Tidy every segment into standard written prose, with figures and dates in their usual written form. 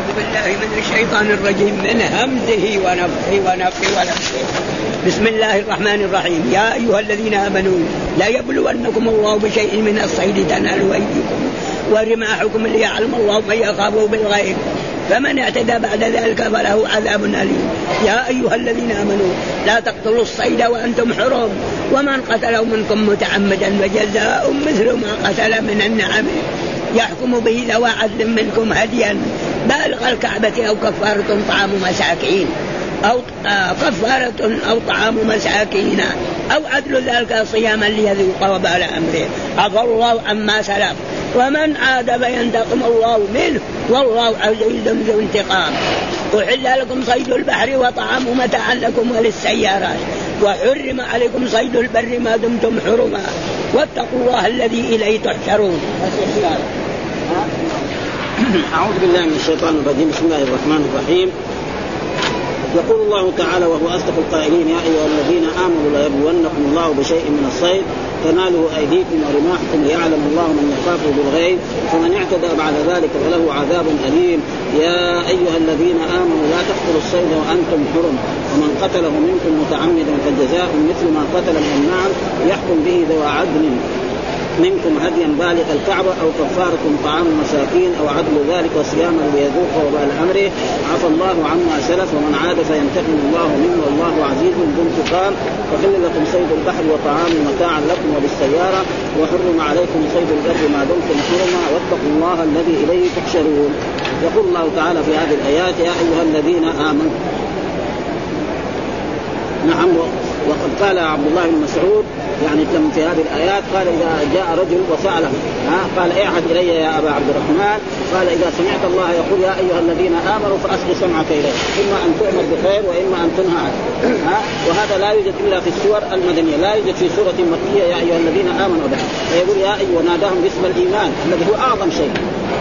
أعوذ بالله من الشيطان الرجيم من همزه ونفخه. بسم الله الرحمن الرحيم. يا أيها الذين آمنوا لا يبلونكم الله بشيء من الصيد تنالوا أيديكم ورماحكم ليعلم الله من يخافه بالغيب فمن اعتدى بعد ذلك فله عذاب أليم. يا أيها الذين آمنوا لا تقتلوا الصيد وأنتم حرم ومن قتله منكم متعمدا فجزاء مثل ما قتل من النعم يحكم به ذوى عدل منكم هديا بالغ الكعبة أو كفارة طعام مساكين أو طعام مساكين أو عدل ذلك صياما ليذوق وبال أمره عفى الله عما سلف ومن عاد فينتقم الله منه والله عزيز ذو انتقام. أحل لكم صيد البحر وطعام متاعا لكم وللسيارات وحرم عليكم صيد البر ما دمتم حرما واتقوا الله الذي إليه تحشرون. أعوذ بالله من الشيطان الرجيم. بسم الله الرحمن الرحيم. يقول الله تعالى وهو أصدق القائلين يا أيها الذين آمنوا لا يبلونكم الله بشيء من الصيد تناله أيديكم ورماحكم ليعلم الله من يخافه بالغيب فمن اعتدى بعد ذلك فله عذاب أليم. يا أيها الذين آمنوا لا تقتلوا الصيد وأنتم حرم ومن قتله منكم متعمدا فجزاء مثل ما قتل من النعم يحكم به ذوى عدل منكم هديا بالغ الكعبة أو كفارة طعام مساكين أو عدل ذلك وصياما ليذوق وبال أمره عفى الله عما سلف ومن عاد فينتقم الله منه والله عزيز ذو انتقام. وحل لكم صيد البحر وطعام متاعا لكم وللسيارة وحرم عليكم صيد البر ما دمتم حرما واتقوا الله الذي إليه تحشرون. يقول الله تعالى في هذه الآيات يا أيها الذين آمنوا. نعم. وقد قال عبد الله بن مسعود يعني في هذه الآيات قال إذا جاء رجل وسأله قال اعهد إلي يا أبا عبد الرحمن قال إذا سمعت الله يقول يا أيها الذين آمنوا فأصغ سمعك إليه إما أن تؤمر بخير وإما أن تنهى عنه. وهذا لا يوجد إلا في السور المدنية لا يوجد في سورة مكية يا أيها الذين آمنوا به فيقول يا أيها وناداهم باسم الإيمان الذي هو أعظم شيء.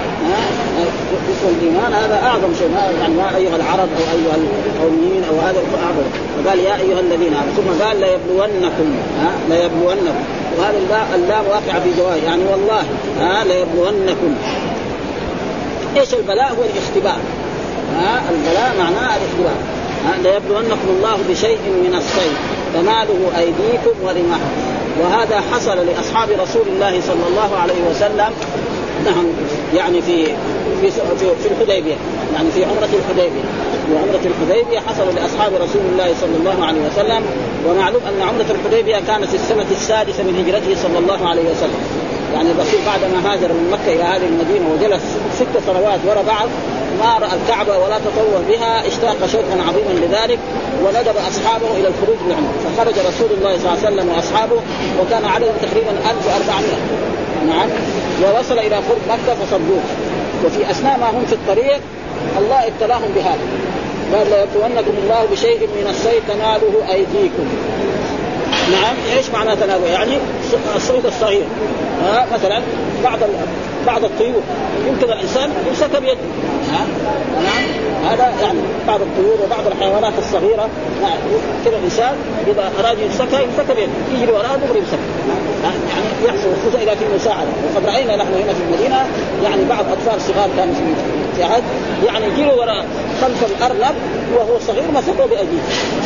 اسم الإيمان هذا أعظم شيء يعني يا أيها العرب أو أيها القوميين أو هذا أعظم. فقال يا أيها الذين آمنوا ثم قال لا يبلونكم وهذا اللام واقع في جواب يعني والله لا يبلونكم. إيش البلاء؟ هو الاختبار. البلاء معناه الاختبار. لا يبلونكم الله بشيء من الصيد تناله أيديكم ورماحكم. وهذا حصل لأصحاب رسول الله صلى الله عليه وسلم نعم يعني في الحديبية يعني في عمرة الحديبية. وعمرة الحديبية حصل لأصحاب رسول الله صلى الله عليه وسلم. ومعلوم أن عمرة الحديبية كانت في السنة السادسة من هجرته صلى الله عليه وسلم يعني الرسول بعدما هاجر من مكة إلى هذه المدينة وجلس 6 سنوات وراء بعض ما رأى الكعبة ولا تطوف بها اشتاق شوقا عظيما لذلك وندب أصحابه إلى الخروج بالعمرة. فخرج رسول الله صلى الله عليه وسلم وأصحابه وكان عدد تقريبا 1400 نعم ووصل إلى قرب مكة فصدوه. وفي أثناء ما هم في الطريق الله ابتلاهم بهذا قال لا يبلونكم الله بشيء من الصيد تناله أيديكم. نعم ايش معنى تناله؟ يعني الصيد الصغير مثلا بعض الطيور يمكن الانسان يمسكها بيده نعم هذا يعني بعض الطيور وبعض الحيوانات الصغيره كذا الانسان اذا اراد يمسكها بيده يجري وراء دغري يمسكها يعني يحصل خصوصا اذا في مساعده. وقد راينا نحن هنا في المدينه يعني بعض اطفال صغار كانوا في عهد يعني يجروا وراء خلف الارنب وهو صغير مسكوه بايديه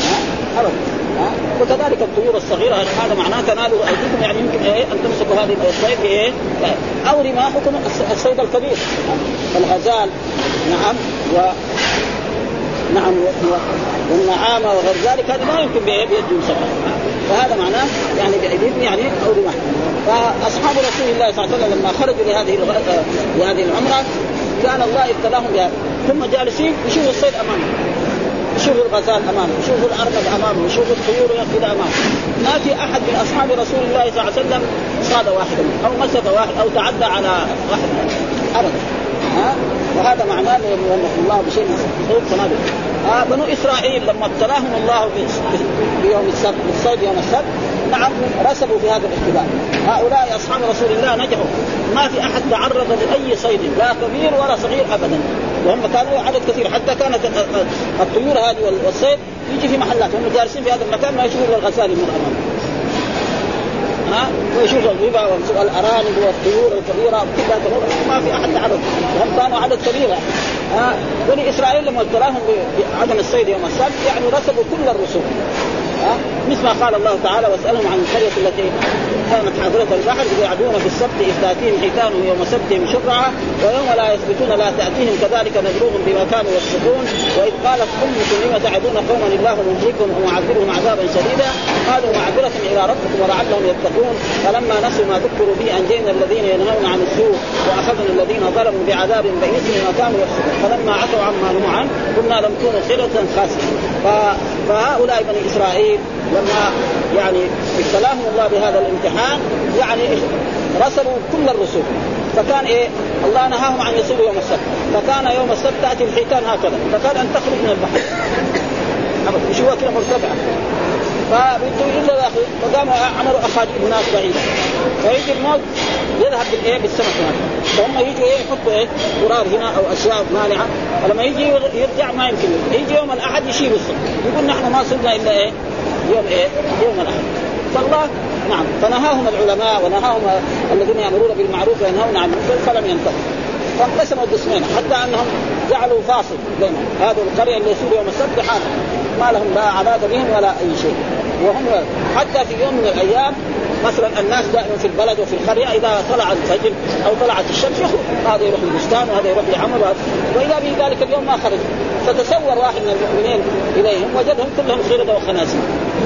وكذلك الطيور الصغيرة هذا معناه تنالوا أيديكم يعني يمكن أن تمسكوا هذه الصيد أو رماحكم الصيد الكبير الغزال نعم والنعامة وغير ذلك هذا ما يمكن بيد يمسكها. فهذا معناه يعني بأيديكم يعني أو رماحكم. فأصحاب رسول الله صلى الله عليه وسلم لما خرجوا لهذه العمرة كان الله ابتلاهم بها ثم جالسين يشوفوا الصيد أمامهم يشوفوا الغزال أمامه يشوفوا الأرنب أمامه يشوفوا الطيور كذا أمامه. ما في أحد من أصحاب رسول الله صلى الله عليه وسلم صاد واحدا أو مسك واحد أو تعدى على واحد أبدا. وهذا معناه أن الله بشيء من بنو إسرائيل لما ابتلاهم الله بيوم السبت بالصيد يوم السبت نعم رسبوا في هذا الاختبار. هؤلاء أصحاب رسول الله نجحوا ما في أحد تعرض لأي صيد لا كبير ولا صغير أبدا وهم كانوا عدد كثير حتى كانت الطيور هذه والصيد يجي في محلات هم جالسين في هذا المكان ما يشوفوا الغزال من أمامهم ويشوف الربا والأرانب والطيور الكبيرة ما في أحد عدد وهم كانوا عدد كبير بني إسرائيل لما ابتلاهم بعدم الصيد يوم السبت يعني رسبوا كل الرسوم، مثل ما قال الله تعالى واسألهم عن القرية التي كانت حاضرة البحر يعدون في السبت إذ تأتيهم حيتانهم يوم سبتهم شرعا ويوم لا يثبتون لا تأتيهم كذلك نبلوهم بما كانوا يفسقون. وإذ قالت أمة لم تعدون قوما الله مهلكهم ومعذبهم عذابا شديدا قالوا معذرة إلى ربكم ولعلهم يتقون. فلما نسوا ما ذكروا به أنجينا الذين ينهون عن السوء وأخذنا الذين ظلموا بعذاب بئيس بما كانوا يفسقون. فلما عتوا عما نهوا عنه قلنا لم كونوا قردة خاسئين. فهؤلاء بني إسرائيل لما يعني ابتلاهم الله بهذا الامتحان يعني رسلوا كل الرسل. فكان الله نهاهم عن يصيروا يوم السبت، فكان يوم السبت تأتي الحيتان هكذا، فكان أن تخرج من البحر يشوفها كده مرتفعة فبدوا إلا داخل، فقاموا عملوا أخاجيل ناس بعيدة، فيجي الموت يذهب بالسمك هناك، فهم يجوا يحطوا قرار هنا أو أشياء مانعة، فلما يجي يرجع ما يمكن يجي يوم الأحد يشيل الصبح، يقول نحن ما صرنا إلا يوم الأحد. فالله نعم فنهاهم العلماء ونهاهم الذين يأمرون بالمعروف وينهون عن المنكر فلم ينتهوا، فانقسموا قسمين حتى أنهم جعلوا فاصل بينهم. هذه القرية اللي يصير يوم السبت حال ما لهم لا علاقة بهم ولا أي شيء، وهم حتى في يوم من الأيام مثلا الناس دائما في البلد وفي القرية إذا طلع الفجر أو طلعت الشمس يخرج، هذا يروح البستان وهذا يروح لعمل، وإذا في ذلك اليوم ما خرج، فتصور واحد من المؤمنين إليهم وجدهم كلهم قردة وخنازير.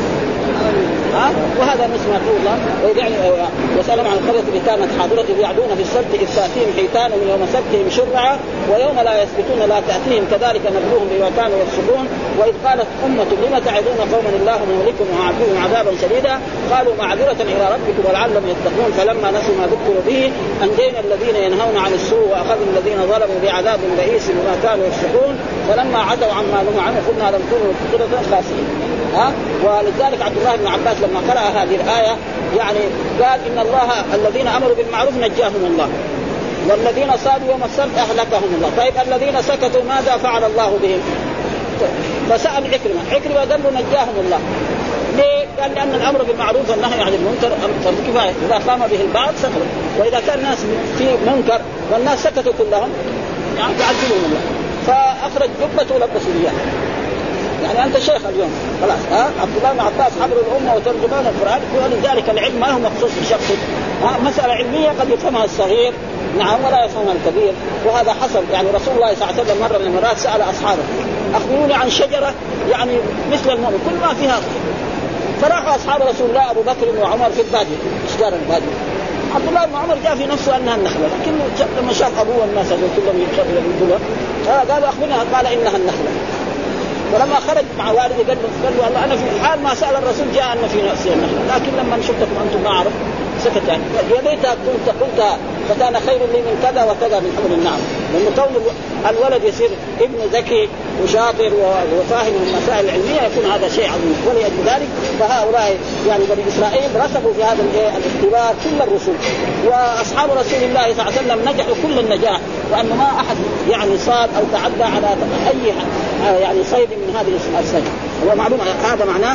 وهذا مثل ما يقول الله وسألهم عن القرية التي كانت حاضرة إذ يعدون في السبت إذ تأتيهم حيتانهم يوم سبتهم شرعا ويوم لا يثبتون لا تأتيهم كذلك نبلوهم بما كانوا يفسقون. وإذ قالت أمة لم تعدون قوما الله مهلكهم ومعذبهم عذابا شديدا قالوا معذرة إلى ربكم ولعلهم يتقون. فلما نسوا ما ذكروا به أنجينا الذين ينهون عن السوء وأخذنا الذين ظلموا بعذاب بئيس بما كانوا يفسقون. فلما عتوا عما نهوا عنه قلنا لم كونوا قردة خاسئين. ولذلك عبد الله بن عباس لما قرأ هذه الآية يعني قال إن الله الذين أمروا بالمعروف نجاهم الله والذين صادوا يوم السبت أهلكهم الله. طيب الذين سكتوا ماذا فعل الله بهم؟ فسأل عكرمة قال له نجاهم الله. ليه؟ قال لأن الأمر بالمعروف والنهي عن المنكر فرض كفاية، إذا قام به البعض سكتوا، وإذا كان الناس في منكر والناس سكتوا كلهم يعني يعذبهم الله. فأخرج جبته ولبسوا إياه. يعني أنت شيخ اليوم خلاص عبد الله بن عباس حبر الأمة وترجمان القرآن، ولذلك العلم ما هو مخصوص بشخص، مسألة علمية قد يفهمها الصغير نعم ولا يفهمها الكبير. وهذا حصل يعني رسول الله صلى الله عليه وسلم مرة من المرات سأل أصحابه أخبروني عن شجرة يعني مثل المؤمن كل ما فيها، فراحوا أصحاب رسول الله أبو بكر وعمر في البادية أشجار البادية. عبد الله بن عمر جاء في نفسه أنها النخلة، لكن لما شاف أبوه والناس كلهم يقولوا قالوا أخبرنا، قال إنها النخلة. ولما خرج مع والده قال له والله أنا في حال ما سأل الرسول جاء أن في نفسي النخلة، لكن لما شفتكم أنتم ما أعرف سكت. يعني يا ليت كنت قلت فكان خير لي من كذا وكذا من حمل النعم، لأن كون الولد يصير ابن ذكي وشاطر وفاهم المسائل العلمية يكون هذا شيء عظيم. ولأجل ذلك فهؤلاء يعني بني إسرائيل رسبوا في هذا الاختبار كل الرسل، وأصحاب رسول الله صلى الله عليه وسلم نجحوا كل النجاح، وأن ما أحد يعني صاد أو تعدى على أي يعني صيد من هذه الصيد. هو معلوم هذا معناه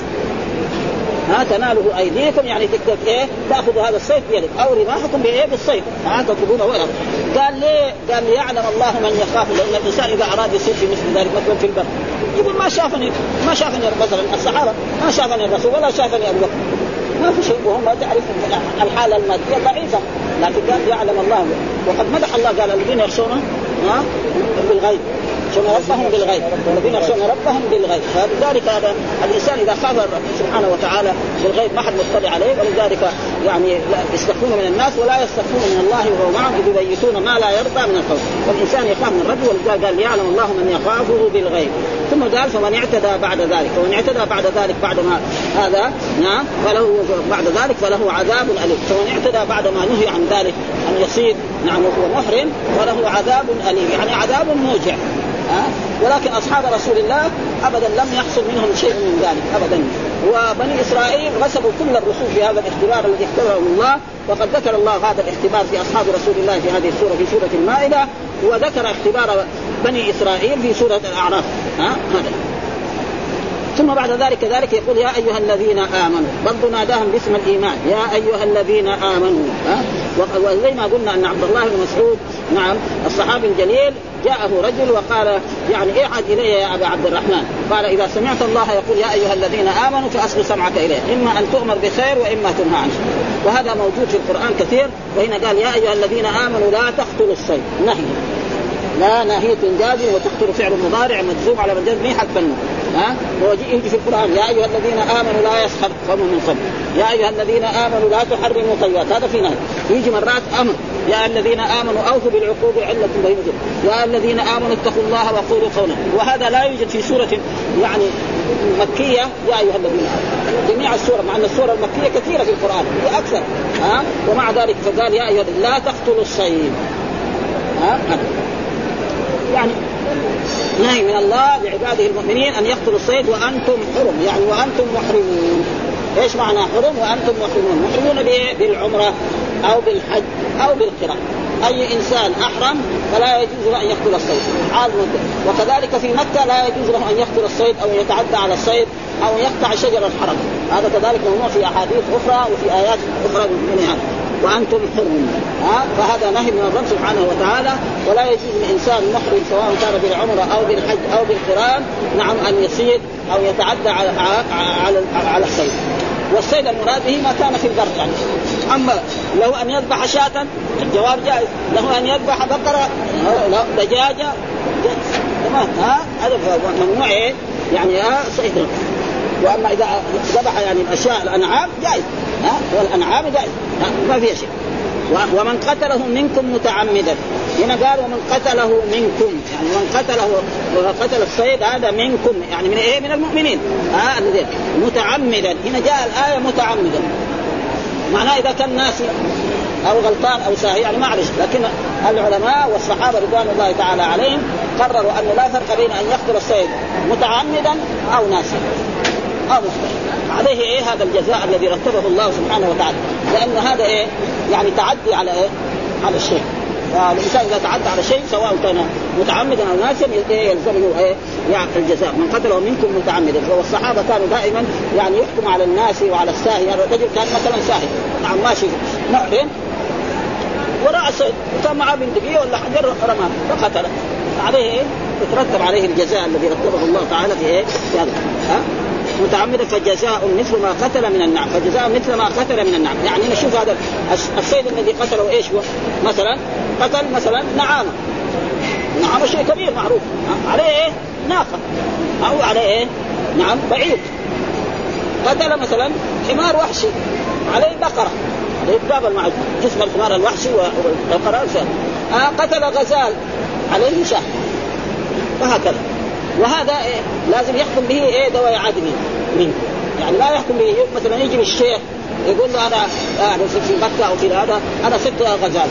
تناله أيديكم يعني تقدر تأخذوا هذا الصيد بيدك أو رماحكم بالصيد تأخذونه ولا. قال ليه؟ قال ليعلم الله من يخاف، لأن الإنسان إذا أراد يصير في مثل ذلك مثلا في البر يقول ما شافني مثلا الصحابة ما شافني الرسول ولا شافني أبو بكر ما في شيء، وهم تعرف الحالة المادية ضعيفة، لكن قال يعلم الله. وقد مدح الله قال الذين يخشون بالغيب ربهم بالغيب والذين يخشون ربهم بالغيب. فلذلك هذا الإنسان إذا خاف سبحانه وتعالى بالغيب ما حد مطلع عليه، ولذلك يعني يستخفون من الناس ولا يستخفون من الله وهو معهم إذ يبيتون ما لا يرضى من القول. والإنسان يخاف من الرجل، ولذلك قال يعلم الله من يخافه بالغيب. ثم قال فمن اعتدى بعد ذلك، ومن اعتدى بعد ذلك بعد ما هذا فله بعد ذلك فله عذاب أليم. فمن اعتدى بعد ما نهي عن ذلك أن يصيد وهو محرم فله عذاب أليم، يعني عذاب موجع. ولكن أصحاب رسول الله أبدا لم يحصل منهم شيء من ذلك أبدا. وبني إسرائيل رسبوا كل الرسول في هذا الاختبار الذي اختبره الله، وقد ذكر الله هذا الاختبار في أصحاب رسول الله في هذه السورة في سورة المائدة، وذكر اختبار بني إسرائيل في سورة الأعراف. هذا ثم بعد ذلك كذلك يقول يا أيها الذين آمنوا، برضو ناداهم باسم الإيمان يا أيها الذين آمنوا. وزي ما قلنا أن عبد الله بن مسعود نعم الصحابي الجليل جاءه رجل وقال يعني اعد إلي يا أبا عبد الرحمن، قال إذا سمعت الله يقول يا أيها الذين آمنوا فأصغ سمعك إليه، إما أن تؤمر بخير وإما تنهى عنه. وهذا موجود في القرآن كثير. وهنا قال يا أيها الذين آمنوا لا تقتلوا الصيد، نهي، لا نهي جازم، وتقتل فعل مضارع مجزوم على مجاز مي حتى ويجي في القرآن يا أيها الذين آمنوا لا يسخر قوم من قوم، يا أيها الذين آمنوا لا تحرموا طيبات، هذا في نهي. يجي مرات أمر يا الذين آمنوا أوفوا بالعقود علة بينكم، يا الذين آمنوا اتقوا الله وقولوا قولا. وهذا لا يوجد في سورة يعني مكية يا أيها الذين آمنوا، جميع السورة، مع أن السورة المكية كثيرة في القرآن في أكثر ومع ذلك فقال يا أيها لا تقتلوا الصيد. يعني نهي من الله لعباده المؤمنين أن يقتلوا الصيد وأنتم حرم، يعني وأنتم محرمون. إيش معنى حرم وأنتم محرمون؟ محرمون بالعمرة أو بالحج أو بالقراء. أي إنسان أحرم فلا يجوز له أن يقتل الصيد حال مدة. وكذلك في مكة لا يجوز له أن يقتل الصيد أو يتعدى على الصيد أو يقطع شجر الحرم، هذا كذلك ممنوع في أحاديث أخرى وفي آيات أخرى منها. وأنتم حرم، فهذا نهي من الرب سبحانه وتعالى. ولا يجوز لإنسان محرم سواء كان بالعمرة أو بالحج أو بالقران نعم أن يصيد أو يتعدى على الصيد. والصيد المراد به ما كان في البر يعني. أما له أن يذبح شاة الجواب جائز، له أن يذبح بقرة دجاجة تمام، هذا ممنوع يعني صيد. وأما إذا ذبح يعني الأشياء الأنعام جائز، والأنعام جائز ما فيها شيء. ومن قتله منكم متعمدا، هنا قال ومن قتله منكم، يعني من قتله وقتل الصيد هذا منكم، يعني من إيه؟ من المؤمنين الذين متعمدا. هنا جاء الآية متعمدا، معناه إذا كان ناسي أو غلطان أو ساهي يعني معلش. لكن العلماء والصحابة رضوان الله تعالى عليهم قرروا أنه لا فرق بين أن يقتل الصيد متعمدا أو ناسي أو مخطئ، عليه هذا الجزاء الذي رتبه الله سبحانه وتعالى، لأن هذا يعني تعدي على على الشيء. فالإنسان إذا تعدى على شيء سواء كان متعمدا أو ناسيا يلزمه يعني الجزاء. من قتله منكم متعمدا. والصحابة كانوا دائما يعني يحكم على الناس وعلى الساهي. يعني الرجل كان مثلا ساهي نعم ماشي محرم وراء الصيد وكان معاه بندقية ولا حجر رماه فقتله، عليه يترتب عليه الجزاء الذي رتبه الله تعالى في هذا متعمدا فجزاء مثل ما قتل من النعم، فجزاء مثل ما قتل من النعم. يعني نشوف هذا الصيد الذي قتله ايش هو؟ مثلا قتل مثلا نعامة شيء كبير معروف، عليه ناقة او عليه نعم بعيد. قتل مثلا حمار وحشي عليه بقرة، عليه باب مع جسم الحمار الوحشي والبقرة. قتل غزال عليه شاه، وهكذا. وهذا لازم يحكم به ذوي عدل منه، يعني لا يحكم به مثلا يجي الشيخ يقول له أنا في مكة أو في هذا أنا صدت غزال،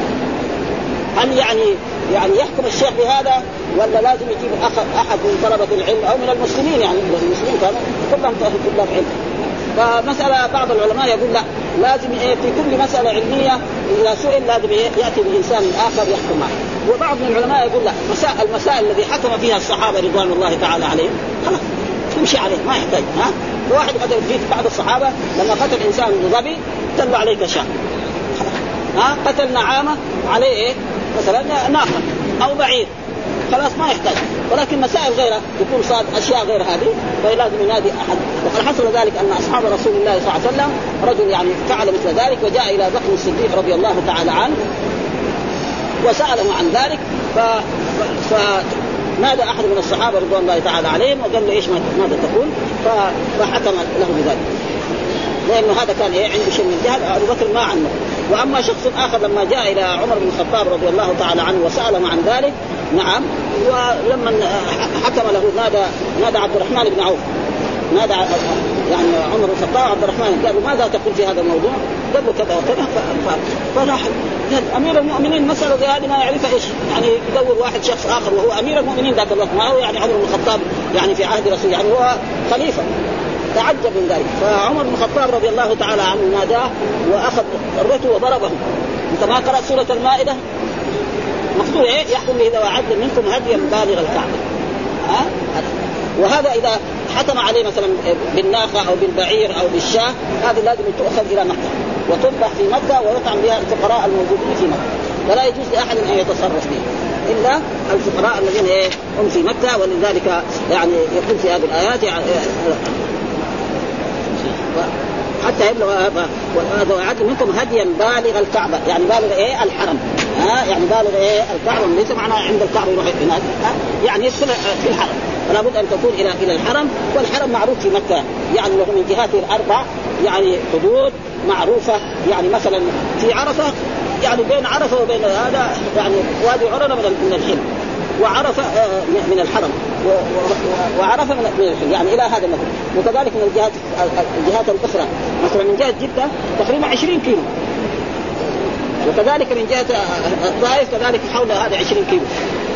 هل يعني يحكم الشيخ بهذا ولا لازم يجيب أحد من طلبة العلم أو من المسلمين؟ يعني المسلمين كانوا كلهم طلاب علم. فمسألة بعض العلماء يقول لا، لازم في كل مسألة علمية إذا سئل لازم يأتي بإنسان آخر يحكم معه. وبعض من العلماء يقول لا، المسائل التي حكم فيها الصحابة رضوان الله تعالى عليهم خلاص تمشي عليه ما يحتاج. واحد قتل في بعض الصحابة لما قتل إنسان ظبي تلو عليه شاة، قتل نعامة عليه مثلا ناقة أو بعير خلاص ما يحتاج. ولكن مسائل غيرها يكون صاد أشياء غير هذه فلازم ينادي أحد. وقد حصل ذلك أن أصحاب رسول الله صلى الله عليه وسلم رجل يعني فعل مثل ذلك وجاء إلى بكر الصديق رضي الله تعالى عنه وسأله عن ذلك. فنادى أحد من الصحابة رضوان الله تعالى عليهم وقال له إيش ماذا تقول؟ فحكم له بذلك، لأنه هذا كان عنده شيء من الجهل. أبو بكر ما عنه. وأما شخص آخر لما جاء إلى عمر بن الخطاب رضي الله تعالى عنه وسأله عن ذلك نعم، ولما حكم له نادى عبد الرحمن بن عوف، نادى يعني عمر بن الخطاب عبد الرحمن قال له ماذا تقول في هذا الموضوع؟ قال له كذا وكذا. فراح أمير المؤمنين مسألة زي هذه ما يعرفها إيش يعني يدور واحد شخص آخر وهو أمير المؤمنين ذاك الوقت، ما هو يعني عمر بن الخطاب يعني في عهد رسول يعني هو خليفة. تعجب من ذلك. فعمر بن الخطاب رضي الله تعالى عنه ناداه وأخذ الرته وضربه. أنت ما قرأت سورة المائدة؟ مقصود يحكم به ذوي عدل منكم هديا بالغ الكعبة. وهذا إذا حكم عليه مثلا بالناقة أو بالبعير أو بالشاة هذه لازم تؤخذ إلى مكة وتذبح في مكة ويطعم بها الفقراء الموجودين في مكة. ولا يجوز لأحد أن يتصرف به إلا الفقراء الذين هم في مكة. ولذلك يعني يقول في هذه الآيات حتى يبلغ هذا وعدل منكم هديا بالغ الكعبة، يعني بالغ الحرم، يعني بالغ الكعبة، ليس معناه عند الكعبة يروح هناك، يعني يدخل في الحرم، فلا بد أن تكون إلى الحرم. والحرم معروف في مكة يعني له من جهاته الأربع يعني حدود معروفة، يعني مثلا في عرفة يعني بين عرفة وبين هذا يعني وادي عرنة من الحلم، وعرفة من الحرم، وعرفة من الحلم، يعني إلى هذا المكان. وكذلك من الجهات الأخرى مثلا من جهة جدة تقريبا 20 كيلو، وكذلك من جهة الطائف كذلك حول هذا 20 كيلو.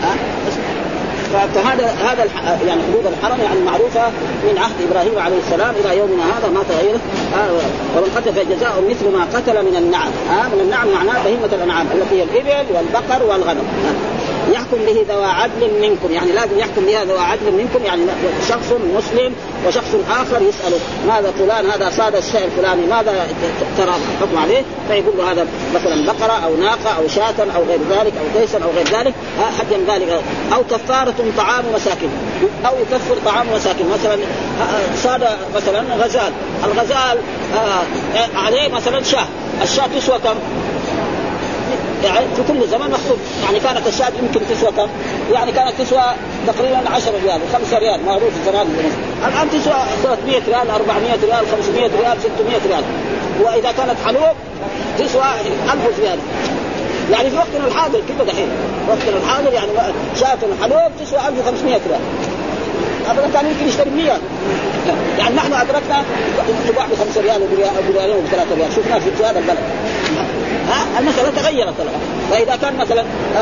فهذا يعني حدود الحرم يعني معروفة من عهد إبراهيم عليه السلام إلى يومنا هذا ما تغيره. ومن قتل فجزاء مثل ما قتل من النعم. من النعم معناه بهيمة الأنعام التي هي الإبل والبقر والغنم. يحكم به ذوى عدل منكم، يعني لازم يحكم بها ذوى عدل منكم، يعني شخص مسلم وشخص آخر يسأله ماذا فلان هذا صاد الشيء الفلاني ماذا ترى حكم عليه، فيقول له هذا مثلا بقرة أو ناقة أو شاة أو غير ذلك أو قيسا أو غير ذلك حدا ذلك، أو كفارة طعام مساكين، أو يكفر طعام مساكين. مثلا صاد مثلا غزال، الغزال عليه مثلا شاة، الشاة تسوى كم؟ يعني في كل زمن مخطوب، يعني كانت الشاة يمكن تسوى كم؟ يعني كانت تسوى تقريبا 10 ريال 5 ريال معروف زمان. الآن تسوى 300 ريال 400 ريال 500 ريال 600 ريال. وإذا كانت حلوب تسوى 1000 ريال. يعني في وقتنا الحاضر كده دحين وقتنا الحاضر يعني شاة حلوب تسوى 1500 ريال. هذا كان يمكن يشتري 100. يعني نحن أدركنا تباع ب5 ريال وريالين و3 ريال. شفنا في هذا البلد المسألة تغيرت الآن. فإذا كان مثلا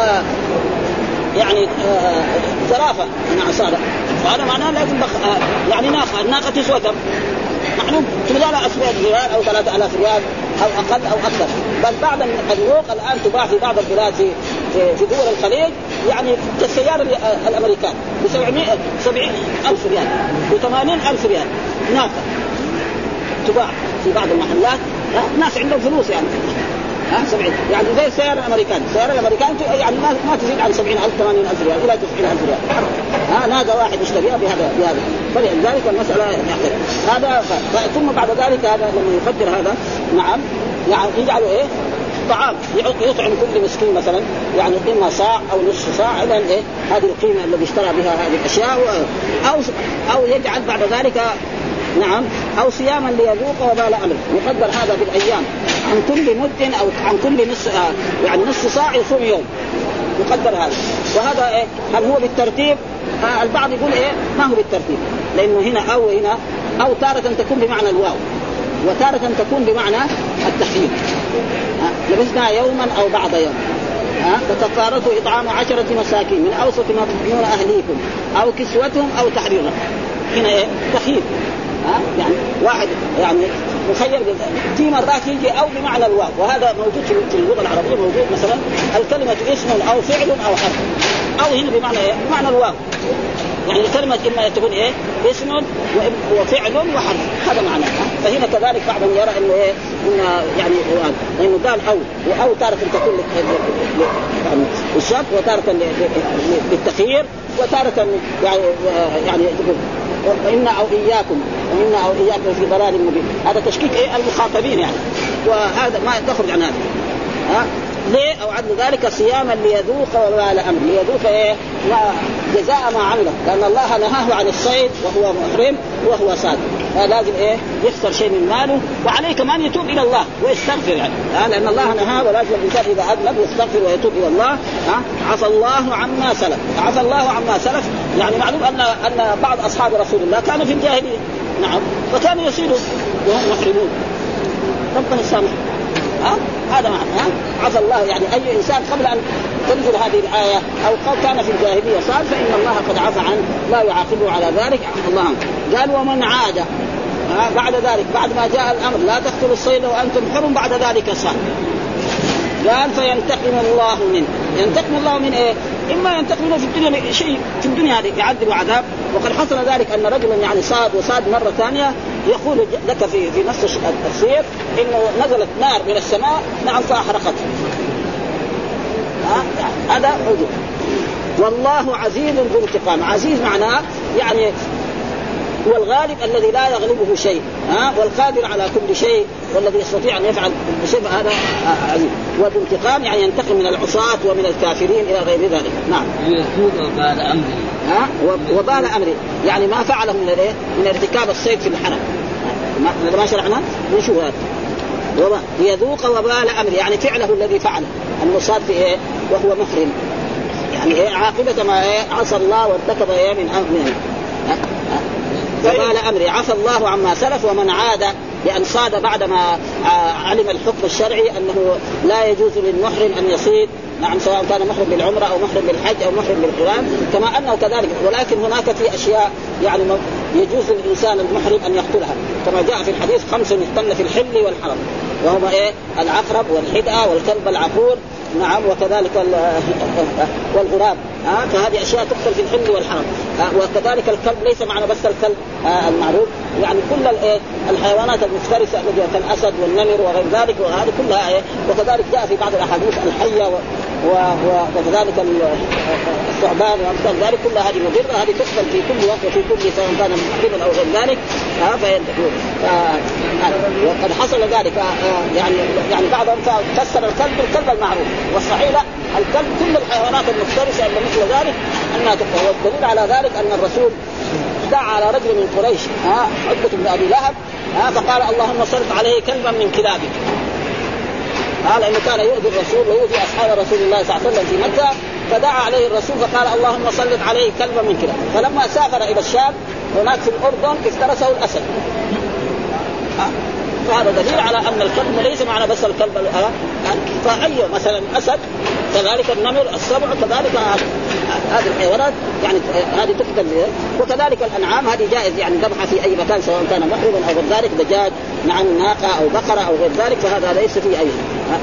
يعني زرافة مع صادق، فهذا معناه لازم يعني ناقة، الناقة تسوى كم؟ نحن تباع لها 2000 ريال أو 3000 ريال أو أقل أو أكثر. بل بعض النوق الآن تباع في بعض البلاد في دول الخليج يعني كالسيارة الأمريكان ب770,000 ريال و80,000 ريال ناقة تباع في بعض المحلات. ناس عندهم فلوس يعني 70 يعني زي السيارة الأمريكان، السيارة الأمريكان يعني ما تزيد عن 70,000 80,000 ريال إلى 90,000 ريال. ناقة واحد يشتريها بهذا. فلذلك المسألة هذا. ثم بعد ذلك هذا لما يقدر هذا نعم يعني يجعله طعام يطعم كل مسكين مثلا يعني إما صاع أو نصف صاع إلى هذه القيمة الذي اشترى بها هذه الأشياء، أو يجعل بعد ذلك نعم أو صياما ليذوق وبال أمره. يقدر هذا بالأيام عن كل مد أو عن كل يعني نصف صاع يصوم يوم، يقدر هذا. وهذا هل هو بالترتيب؟ البعض يقول ما هو بالترتيب، لأنه هنا أو تارة تكون بمعنى الواو وتارة تكون بمعنى التخيير. لبثنا يوما أو بعض يوم. فكفارته إطعام 10 مساكين من أوسط ما تطعمون أهليكم أو كسوتهم أو تحرير رقبة. هنا تخيير يعني واحد يعني مخير في مرات يجي أو بمعنى الواو، وهذا موجود في اللغة العربية. موجود مثلا الكلمة اسم أو فعل أو حرف، أو هنا بمعنى الواو. يعني الكلمة إما تكون اسم وفعل وحرف، هذا معناه. فهنا كذلك بعضهم يرى إنه يعني إنه قال أو تارة تكون للشرط وتارة للتخيير وتارة يعني وإنا أو إياكم في ضلال مبين. هذا تشكيك المخاطبين يعني، وهذا ما تخرج عن هذا. ليه أو عدل ذلك صياما ليذوق وبال أمره. ليذوق جزاء ما عمله، لأن الله نهاه عن الصيد وهو محرم وهو صاد، فلازم يخسر شيء من ماله، وعليه كمان يتوب إلى الله ويستغفر يعني. لأن الله نهاه، ولازم الإنسان إذا أذنب يستغفر ويتوب إلى الله. عفى الله عما سلف. عفى الله عما سلف يعني معلوم أن بعض أصحاب رسول الله كانوا في الجاهلية نعم، فكانوا يصيدوا وهم محرمون، ربنا يسامح. هذا معنى عفى الله يعني أي إنسان قبل أن تنزل هذه الآية أو كان في الجاهلية صار، فإن الله قد عفى عنه لا يعاقبه على ذلك. الله قال ومن عاد بعد ذلك بعد ما جاء الأمر لا تقتلوا الصيد وأنتم حرم بعد ذلك صار، قال فينتقم الله منه. ينتقم الله من إما ينتقم في الدنيا شيء في الدنيا هذه يعذب عذاب. وقد حصل ذلك أن رجلا يعني صاد مرة ثانية. يقول لك في نص التفسير إنه نزلت نار من السماء نعم فأحرقته. هذا عدو. والله عزيز ذو انتقام. عزيز معناه يعني هو الغالب الذي لا يغلبه شيء، والقادر على كل شيء والذي يستطيع أن يفعل كل شيء، هذا عزيز. وذو انتقام يعني ينتقم من العصاة ومن الكافرين إلى غير ذلك. نعم. وبال أمره. وبال أمره يعني ما فعله من ارتكاب الصيد في الحرم. ما شرحنا نشوف هذا. ليذوق وبال أمره يعني فعله الذي فعله المصاد في وهو محرم، يعني عاقبة ما عصى الله وارتكب من أمره. وبال أمره عفى الله عما سلف ومن عاد، لأن صاد بعدما علم الحكم الشرعي أنه لا يجوز للمحرم أن يصيد، نعم، سواء كان محرم بالعمرة أو محرم بالحج أو محرم بالقران، كما أنه كذلك. ولكن هناك في أشياء يعني يجوز للإنسان المحرم أن يقتلها، كما جاء في الحديث 5 يقتلن في الحل والحرم، وهما العقرب والحدأة والكلب العقور، نعم، وكذلك والغراب. فهذه أشياء تقتل في الحل والحرم. وكذلك الكلب ليس معنى بس الكلب المعروف، يعني كل الحيوانات المفترسة التي كالأسد والنمر وغير ذلك، وهذه كلها وكذلك جاء في بعض الأحاديث الحية وكذلك الثعبان وأمثال ذلك، كل هذه مضرة، هذه تقتل في كل وقت وفي كل سواء كان محرما أو غير ذلك. وقد حصل ذلك يعني بعضهم فسر الكلب بالكلب المعروف، والصحيح لا، الكلب كل الحيوانات المفترسة اللي مثل ذلك أنها تقتل. والدليل على ذلك أن الرسول دعا على رجل من قريش عتبة بن أبي لهب فقال اللهم صرف عليه كلبا من كلابك، لأنه كان يؤذي الرسول ويؤذي أصحاب رسول الله صلى الله عليه وسلم في مكة، فدعا عليه الرسول فقال اللهم صلت عليه كلبا من كلابك. فلما سافر إلى الشام هناك في الأردن افترسه الأسد. فهذا دليل على أن الكلب ليس معنى بس الكلب، فأي مثلا أسد كذلك النمر السبع كذلك هذه الحيوانات يعني هذه تقتل. وكذلك الأنعام هذه جائز يعني ذبحها في أي مكان سواء كان محرما أو غير ذلك، دجاج، نعم، ناقة أو بقرة أو غير ذلك، فهذا ليس فيه أي.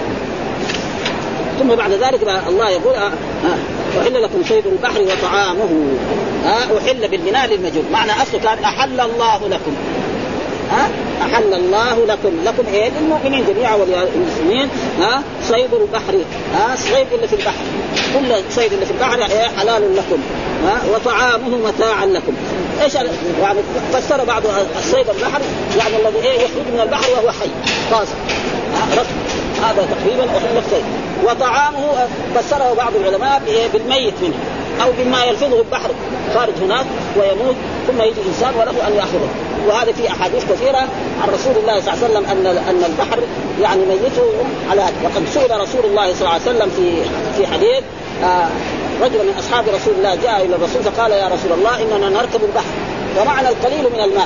ثم بعد ذلك الله يقول أحل لكم صيد البحر وطعامه. أحل بالبناء للمجهول، معنى أصله كان أحل الله لكم، أحل الله لكم إيه للمؤمنين جميعا والمسلمين صيد البحر، الصيد اللي في البحر، كل صيد اللي في البحر حلال لكم، وطعامه متاعا لكم. إيش يعني فسر بعض الصيد البحر يعني الذي يخرج من البحر وهو حي طازج، هذا تقريبا أحل الصيد. وطعامه فسره بعض العلماء بالميت منه أو بما يلفظه البحر خارج هناك ويموت ثم يجي إنسان وله أن يأخذه. وهذا في أحاديث كثيرة عن رسول الله صلى الله عليه وسلم أن البحر يعني ميته على هذا. وقد سئل رسول الله صلى الله عليه وسلم في حديث رجل من أصحاب رسول الله جاء إلى الرسول فقال يا رسول الله إننا نركب البحر ومعنا القليل من الماء،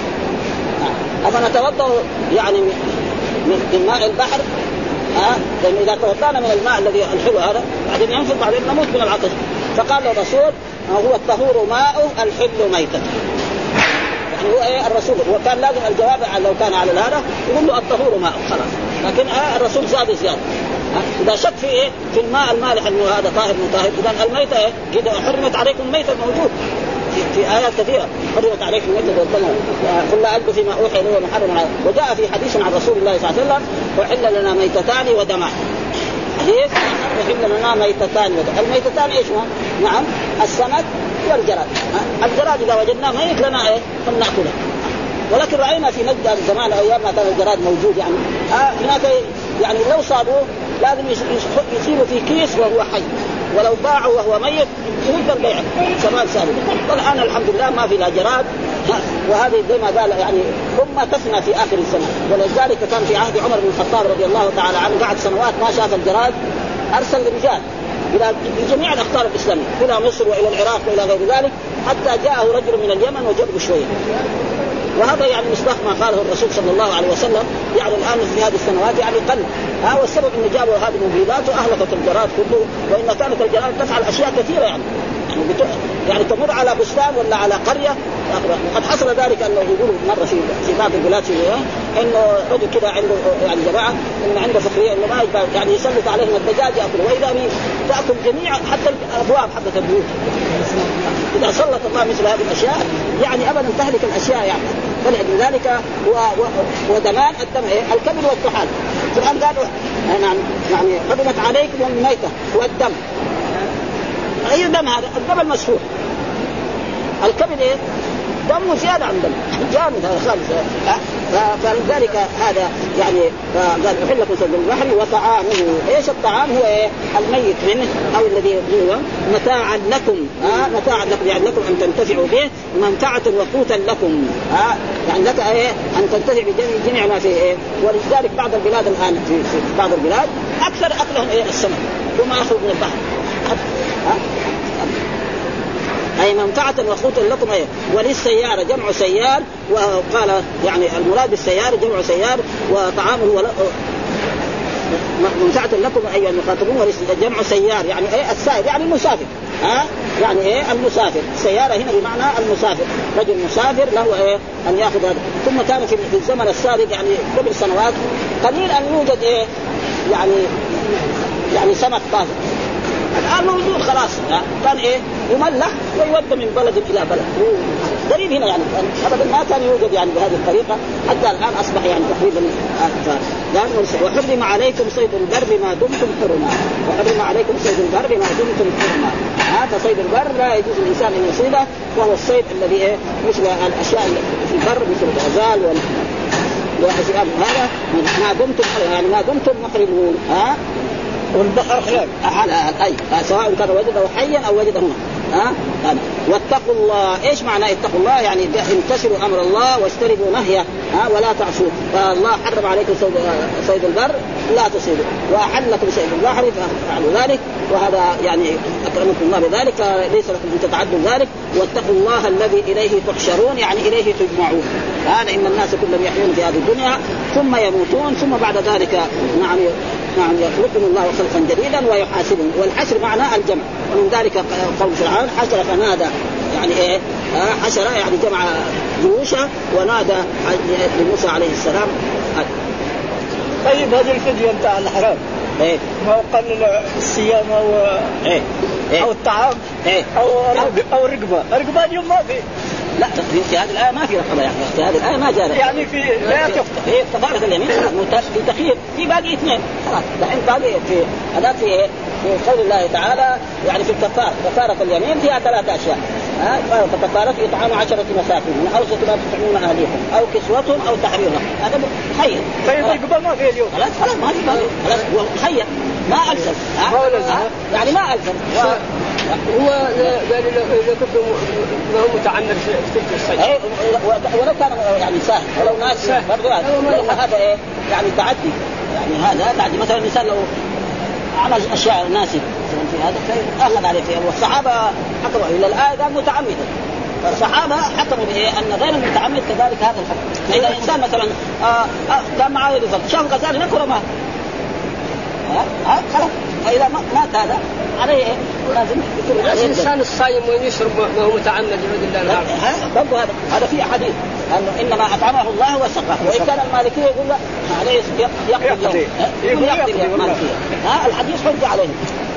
أفنتوضأ يعني من ماء البحر؟ لأن إذا توضأنا من الماء الذي الحلو هذا بعدين ينفذ بعدين نموت من العطش. فقال له الرسول هو الطهور ماء الحل ميتة. يعني هو الرسول وكان لازم الجواب لو كان على هذا يقول له الطهور ماء خلاص، لكن الرسول زاد زيادة. إذا شك في الماء المالح إنه هذا طاهر مطهر، إذا الميتة كده حرمت عليكم ميتة موجود في آيات كثيرة، حرمت عليكم ميتة والدم قل لا أجد فيما أوحي إليه محرم عليه. وجاء في حديث عن رسول الله صلى الله عليه وسلم وحل لنا ميتتان ودمان، حديث وحل لنا ميتتان ودمان. الميتتان إيش هو؟ نعم السمك والجراد. الجراد إذا وجدناه ميت لنا فلنأكله. ولكن رأينا في نجد زمان أيام ما كان الجراد موجود يعني هناك يعني لو صابوه لازم يصيبوا في كيس وهو حي، ولو باعوا وهو ميت يقدر بيعه زمان سابق. والآن الحمد لله ما في لا جراد، وهذه زي ما قال يعني ثم تفنى في آخر السنة. ولذلك كان في عهد عمر بن الخطاب رضي الله تعالى عنه بعد سنوات ما شاف الجراد أرسل رجال إلى جميع الأقطار الإسلامية إلى مصر وإلى العراق وإلى غير ذلك، حتى جاءه رجل من اليمن وجابه شوية. وهذا يعني مصداق ما قاله الرسول صلى الله عليه وسلم، يعني الآن في هذه السنوات يعني قل. والسبب أنه جابوا هذه المبيدات وأهلكت الجراد كله، وإن كانت الجراد تفعل أشياء كثيرة يعني تمر على بستان ولا على قرية. وقد حصل ذلك أنه يقول مرة في بعض البلاد إنه رجل كده عنده يعني جماعة إنه عنده فخرية إنه ما يعني يسلط عليهم الدجاج يأكل، وإذا تأكل جميع حتى الأبواب حقت البيوت إذا سلط الله مثل هذه الأشياء يعني أبدا تهلك الأشياء يعني. فلذلك ودمان الدم الكبد والطحال. القرآن قالوا يعني حرمت عليكم الميتة والدم. أي دم هذا؟ الدم المسفوح. الكبد دم زيادة عن دم جامد هذا خالص. فلذلك هذا يعني قال أحل لكم صيد البحر وطعامه. إيش الطعام؟ هو الميت منه أو الذي هو متاعا لكم. متاعا لكم يعني لكم أن تنتفعوا به، منفعة وقوتا لكم. يعني لك أن تنتفع بجميع ما فيه. ولذلك بعض البلاد الآن في بعض البلاد أكثر أكلهم السمك وما أخذ من البحر. أي منفعة وقوتا لكم. وللسيارة جمع سيار، وقال يعني المراد بالسيارة جمع سيار، وطعامه منفعة لكم أيها المخاطبون. جمع سيار يعني السائر يعني المسافر. يعني المسافر. السيارة هنا بمعنى المسافر، رجل مسافر له أن يأخذ هذا. ثم كان في الزمن السابق يعني قبل سنوات قليل أن يوجد يعني سمك طازج. الآن موجود خلاص. كان يملح ويودى من بلد إلى بلد. غريب هنا يعني أبدا ما كان يوجد يعني بهذه الطريقة، حتى الآن أصبح يعني تقريبا. وحرم عليكم صيد البر ما دمتم حرما. وحرم عليكم صيد البر ما دمتم حرما. هذا صيد البر لا يجوز الإنسان أن يصيده، وهو الصيد الذي مثل الأشياء في البر مثل الغزال والأشياء. هذا ما دمتم يعني ما دمتم محرمون. والبحر حلال أي سواء كان وجده حيا أو وجده هنا. واتقوا الله. إيش معنى اتقوا الله؟ يعني امتثلوا أمر الله واجتنبوا نهيه ولا تعصوا. فالله حرم عليكم صيد البر لا تصيدوا، وأحل لكم صيد البحر فافعلوا ذلك، وهذا يعني أكرمكم الله بذلك، فليس لكم أن تتعدوا ذلك. واتقوا الله الذي إليه تحشرون يعني إليه تجمعون. هذا إن الناس كلهم يحيون في هذه الدنيا ثم يموتون ثم بعد ذلك نعم يخلقهم الله خلقا جديدا ويحاسبهم. والحشر معناه الجمع، ومن ذلك قول فرعون حشر فنادى يعني حشر يعني جمع جيوشه ونادى لموسى عليه السلام. طيب هذه الفدية بتاع الحرام ما هو قلل الصيام أو الطعام أو رقبة اليوم ما في. لا في هذه الآية ما في رقبة يعني في هذه الآية ما جاء يعني في لا تفتح كفارة اليمين في تخيير في باقي اثنين خلاص. الحين باقي في هذا في قول الله تعالى يعني في كفارة اليمين فيها 3 أشياء. فكفارة إطعام 10 مساكين من أوسط ما تطعمون أهليكم أو كسوتهم أو تحريرهم. هذا خير. طيب رقبة ما في اليوم خلاص ما في خلاص خير ما ألزم يعني ما ألزم. هو يعني إذا كنت ما هو متعنت في تلك الصيد ولو كان يعني سهل ولو ناس برضو هذا يعني تعدي يعني هذا تعدي. مثلا الإنسان لو عمل أشياء ناسي في هذا أخذ عليه فيها. والصحابة حكموا إلى الآية قال متعمدا، فالصحابة حكموا به أن غير المتعمد كذلك هذا الحكم. إذا الإنسان مثلا كان معاه رزق شاف غزال نكره ما خلاص، فإذا مات هذا عليه لازم يكون الإنسان الصائم ويشرب ما هو متعمد بإذن الله. هذا في حديث أنه إنما أطعمه الله وسقاه. وإن كان المالكية يقول لا عليه يقضي المالكية. الحديث حجة عليه.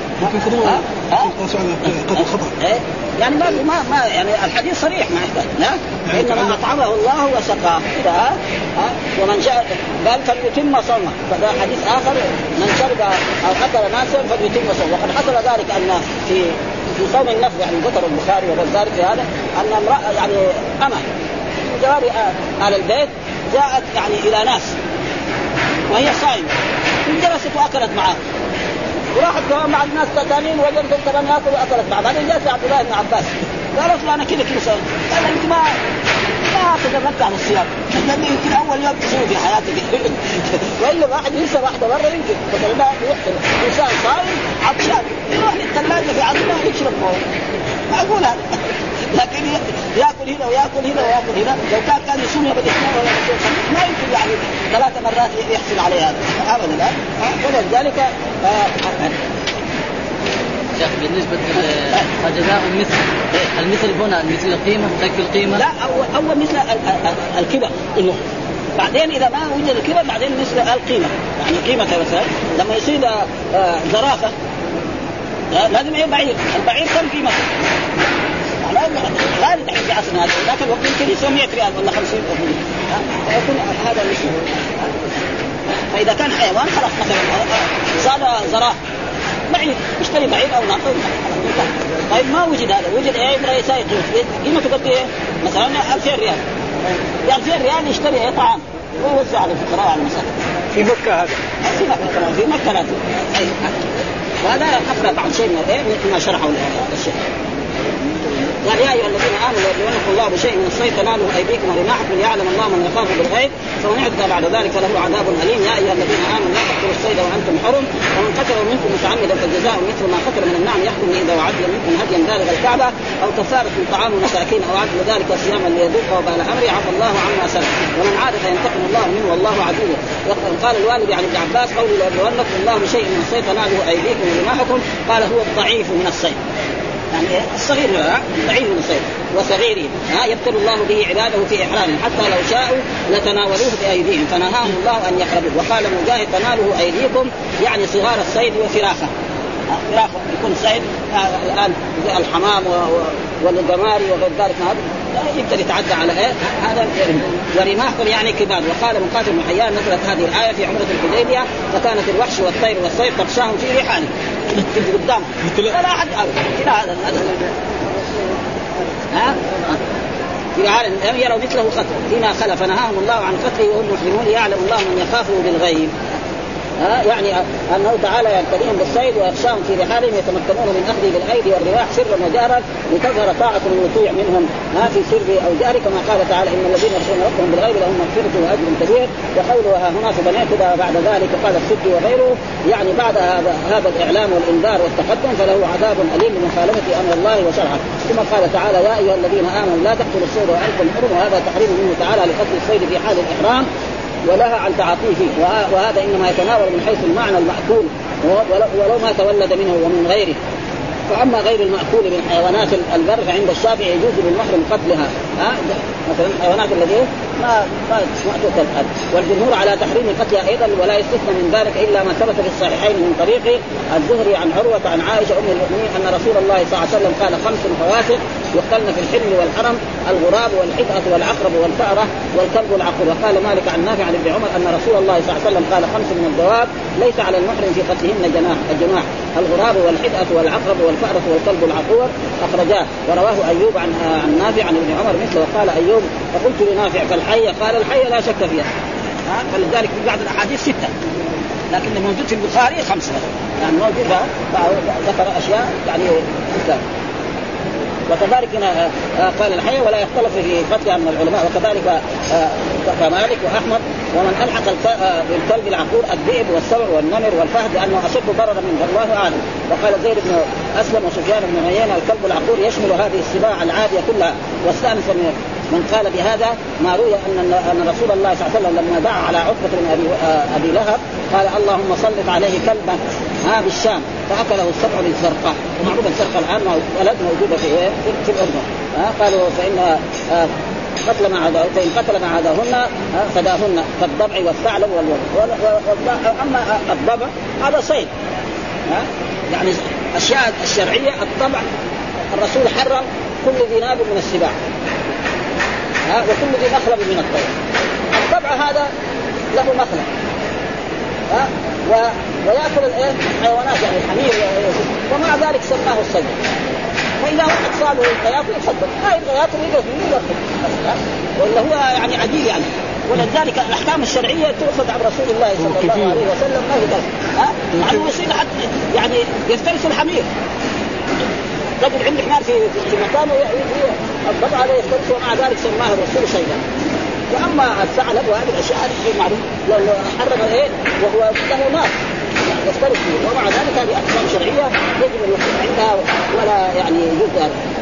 يعني ما يعني الحديث صريح ما يحتاج. إنما أطعمه الله وسقاه. ومن شاء قال فليتم صومه. فده حديث آخر من شرب أو أكل ناسا فليتم صومه. وقد حصل ذلك أن في صوم النفس يعني ذكر البخاري وغير في هذا أن امرأة يعني أمه جوار آل البيت جاءت يعني إلى ناس وهي صائمة جلست وأكلت معه وراحت مع الناس تتانين وجلست كمان يأكل وأكلت معه. بعدين جاءت عبد الله بن عباس قالت له أنا كذا سويت. قال أنت ما تجربت عن الصيام لأنه يمكن أول يوم تسوي في حياتك وإلا واحد ينسى واحدة مرة يمكن مثلا لا يحصل إنسان صائم عطشان يروح للثلاجة في عطشان يشرب مويه معقول هذا. لكن يأكل هنا ويأكل هنا ويأكل هنا. لو كان يصوم بالاثنين ولا ما يمكن يعني 3 مرات يحصل عليه هذا أبدا لا. ولذلك بالنسبة لجزاء المثل هنا مثل القيمة تكفي القيمة. لا أول مثل الكبر إنه بعدين إذا ما وجد الكبر بعدين مثل القيمة. يعني قيمة مثلا لما يصيد زرافة لازم بعير. البعير كم قيمته؟ غالي دحين في عصرنا هذا، لكن الوقت يمكن يسوي 100 ريال ولا 50 ريال، فيكون هذا المشكلة. فإذا كان حيوان خلاص مثلا زاد زراه بعيد اشتري بعيد أو ناقص. طيب ما وجد هذا، وجد ايه رئيس قيمته قد ايه مثلا 2000 ريال، ب 2000 ريال يشتري ايه طعام ويوزع على الفقراء على المساكين في مكة. هذا في مكة هذا. وهذا أفرق عن شيء من الايه مثل ما شرحه الشيخ. قال يا أيها الذين آمنوا يبلونكم الله بشيء من الصيد تناله أيديكم ورماحكم ليعلم الله من يخافه بالغيب فمن اعتدى بعد ذلك له عذاب أليم. يا أيها الذين آمنوا لا تقتلوا الصيد وأنتم حرم ومن قتله منكم متعمدا فالجزاء مثل ما قتل من النعم يحكم إذا وعدل منكم هديا بالغ الكعبة أو كفارة طعام مساكين أو عدل ذلك صياما ليذوق وبال أمره عفى الله عما سلف ومن عاد فينتقم الله منه والله عدو. قال الوالد عن ابن عباس قوله ليبلونكم الله بشيء من الصيد تناله أيديكم ورماحكم قال هو الضعيف من الصيد يعني الصغير ضعيف من الصيد وصغيره يبتل الله به عباده في إحرامهم حتى لو شاءوا لتناولوه بأيديهم فنهاهم الله أن يقربوه. وقال مجاهد تناله أيديكم يعني صغار الصيد وفرافه يكون صيد الآن الحمام والجماري وغير ذلك يقدر يتعدى على هذا ورماحكم يعني كبار. وقال مقاتل بن حيان نزلت هذه الآية في عمرة الحديبية فكانت الوحش والطير والصيد تغشاهم في ريحانه في قدام لا أحد إلى هذا في عالم لم يروا مثله قتل فيما خلف نهاهم الله عن قتله وهم محرمون يعلم الله من يخافه بالغيب. يعني أنه تعالى يبتليهم بالصيد ويخشاهم في رحالهم يتمكنون من أخذه بالأيدي والرواح سرا وجهرا لتظهر طاعة المطيع منهم في سر أو جهر كما قال تعالى إن الذين يخشون ربهم بالغيب لهم مغفرة وأجر كبير. وقولها هنا فبنعتدى بعد ذلك قال السد وغيره يعني بعد هذا الإعلام والإنذار والتقدم فله عذاب أليم بمخالفة أمر الله وشرعه. ثم قال تعالى يا أيها الذين آمنوا لا تقتلوا الصيد وأنتم حرم وهذا تحريم منه تعالى لقتل الصيد في حال الإحرام ولها عن تعاطيه وهذا إنما يتناول من حيث المعنى المأكول ولو ما تولد منه ومن غيره. فأما غير المأكول من حيوانات البر فعند الشافعي يجوز للمحرم قتلها مثلا الحيوانات التي ما تؤكل والجمهور على تحريم قتلها أيضا ولا يستثنى من ذلك إلا ما ثبت في الصحيحين من طريق الزهري عن عروة عن عائشة أم المؤمنين أن رسول الله صلى الله عليه وسلم قال 5 فواسق يقتلن في الحل والحرم الغراب والحدأة والعقرب والفأرة والكلب والعقور. وقال مالك عن نافع عن ابن عمر أن رسول الله صلى الله عليه وسلم قال 5 من الدواب ليس على المحرم في قتلهن الجناح الغراب والحدأة والعقرب والفأرة والكلب العقور أخرجاه. ورواه أيوب عن نافع عن ابن عمر مثله. وقال أيوب فقلت لنافع فالحية قال الحية لا شك فيها فلذلك في بعض الأحاديث 6 لكن موجود في البخاري 5 يعني موجود ذكر أشياء يعني وكذلك قال الحية ولا يختلف في قتلها من العلماء. وكذلك مالك وأحمد ومن ألحق بالكلب العقور الذئب والسبع والنمر والفهد لأنه أشد ضررا من الله أعلم. وقال زيد بن أسلم وسفيان بن عيينة الكلب العقور يشمل هذه السباع العادية كلها. واستأنس من قال بهذا ما روي أن رسول الله صلى الله عليه وسلم لما دعا على عقبة بن أبي لهب قال اللهم سلط عليه كلبا بالشام فأكله السبع بالزرقاء. ومعروف الزرقاء الآن ولد موجودة في الأردن. قالوا فإن قتل ما عداهن فإن قتل ما عداهن فداهن كالضبع والثعلب أما الضبع هذا صيد يعني أشياء الشرعية. الضبع الرسول حرم كل ذي ناب من السباع وكل ذي مخلب من الطير. الضبع هذا له مخلب ويأكل الحيوانات يعني الحمير ومع ذلك سماه الصيد. وإذا واحد صابه القياطر يفضل هاي القياطر يقفل وإلا هو يعني عديل يعني. ولذلك الأحكام الشرعية تؤخذ عن رسول الله صلى الله عليه وسلم ما يقدر عنه يصير حتى يعني يفترس الحمير. رجل عنده حمار في مكانه الضبع هذا يفترس ومع ذلك سماه الرسول صيدا. وأما الثعلب وهذه الأشياء معروف لأنه حرم وهو له نار يفترس فيه ومع ذلك هذه أحكام شرعية يجب أن يكون عندها ولا يعني يجوز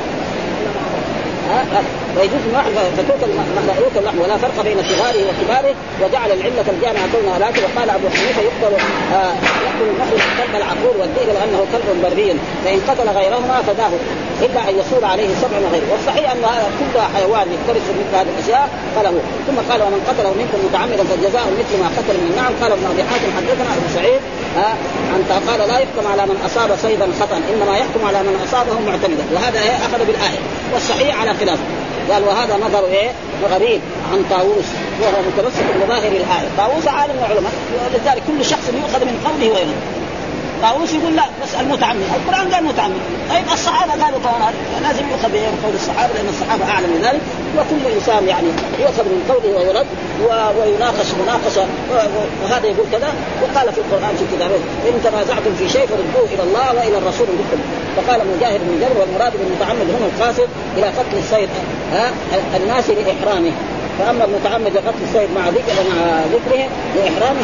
ويجوز الواحد فتوكل اللحم ولا فرق بين صغاره وكباره. وجعل العلة الجامعة كونها لا. وقال أبو حنيفة يقتل المحرم كلب العقور والذئب لأنه كلب بري فإن قتل غيرهما فداه إلا أن يصول عليه 7 غيره. والصحيح أن كل حيوان يفترس مثل هذه الأشياء فله. ثم قال ومن قتله منكم متعمدا فالجزاء مثل ما قتل من النعم. قال ابن أبي حاتم حدثنا أبو سعيد أنت قال لا يحكم على من أصاب صيدا خطأ إنما يحكم على من أصابه معتمدا، وهذا أخذ بالآية والصحيح على خلافه. قال وهذا نظر غريب عن طاووس وهو متمسك بظاهر الآية. طاووس عالم العلماء، ولذلك كل شخص يؤخذ من قوله ويرد. طاووس يقول لا بس المتعمد، القرآن قال متعمد، طيب الصحابة قالوا طبعا لازم يؤخذ بقول الصحابة لأن الصحابة أعلم من ذلك، وكل إنسان يعني يؤخذ من قوله ويرد ويناقش مناقشة، وهذا يقول كذا. وقال في القرآن في كتابه إن تنازعتم في شيء فردوه إلى الله وإلى الرسول منكم. فقال مجاهد بن جبر والمراد بالمتعمد هم القاصد إلى قتل الصيد الناس لإحرامه، فأما المتعمد لقتل الصيد مع ذكره لإحرامه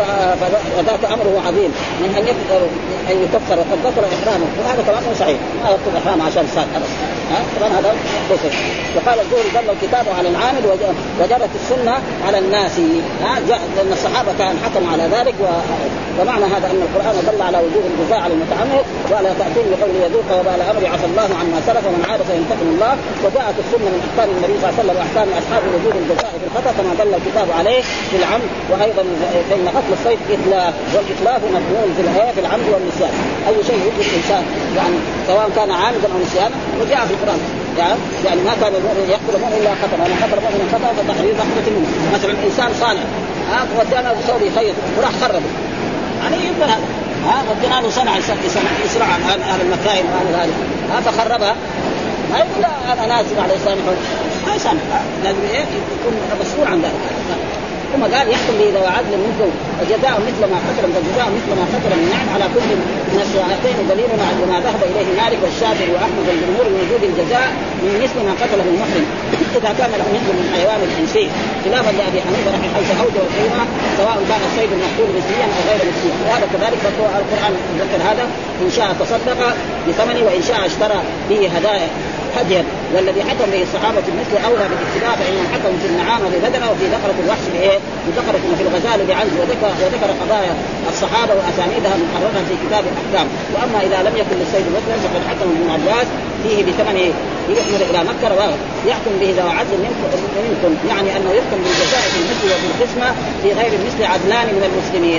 فذاك أمره عظيم من أن يكفر وقد ذكر إحرامه، وهذا كمان صحيح ما يكتب إحرام عشان الصيد أبدا. طبعا هذا بسيط. وقال الزهري دل الكتاب على العامل وجرت السنة على الناس، لأن الصحابة كان حكموا على ذلك. ومعنى هذا أن القرآن دل على وجوب الجزاء على المتعمد وعلى تأثير بقول يذوق وبال أمر عفى الله عما سلف ومن عاد فينتقم الله. وجاءت السنة من أحكام النبي صلى الله عليه وسلم وأحكام أصحاب وجوب الجزاء في الخطأ كما دل الكتاب عليه في العمد. وأيضا فإن قتل الصيد إتلاف، والإتلاف مضمون في العمد والنسيان، أي شيء يتلف الإنسان يعني سواء كان عامدا أو نسيانا، وجاء في القرآن يعني ما كان المؤمن يقتل المؤمن إلا خطأ، ومن قتل المؤمن خطأ فتحرير رقبة منه. مثلا إنسان صالح ودينا له صوت يخيط وراح خربه يعني يقبل هذا، ودينا له صنع يسرع عن أهل المكائن وأهل هذا فخربها، ما يقول لا أنا نازل على يسامحه، ما يسامح، لازم يكون مسؤول عن ذلك. ثم قال يحكم به إذا وعدل منكم وجزاء مثل ما قتل فجزاء مثل ما قتل من نعم على كل من الشهادتين دليل ما ذهب إليه مالك والشافعي وأحمد والجمهور من وجود الجزاء من مثل ما قتله المحرم إذا كان له مثل من حيوان الإنسي، خلافا لأبي حنيفة رحمه حيث أوجب القيمة سواء كان الصيد المقتول مثليا أو غير مثلي. وهذا كذلك القرآن ذكر هذا إن شاء تصدق بثمنه وإن شاء اشترى به هدايا هديا. والذي حكم به الصحابة مثل أولى بالاتباع، فإنهم حكموا في النعامة ببدنة وفي ذكرة الوحش بذكرة وفي الغزال بعنز، وذكر قضايا الصحابة وأسانيدها محررة في كتاب الأحكام. وأما إذا لم يكن للصيد مثلا فقد حكم ابن عباس فيه بثمنه يحمل إلى مكة يحكم به ذو عدل منكم، يعني أنه يحكم بالجزاء في المثل وفي القسمة في غير المثل عدلان من المسلمين.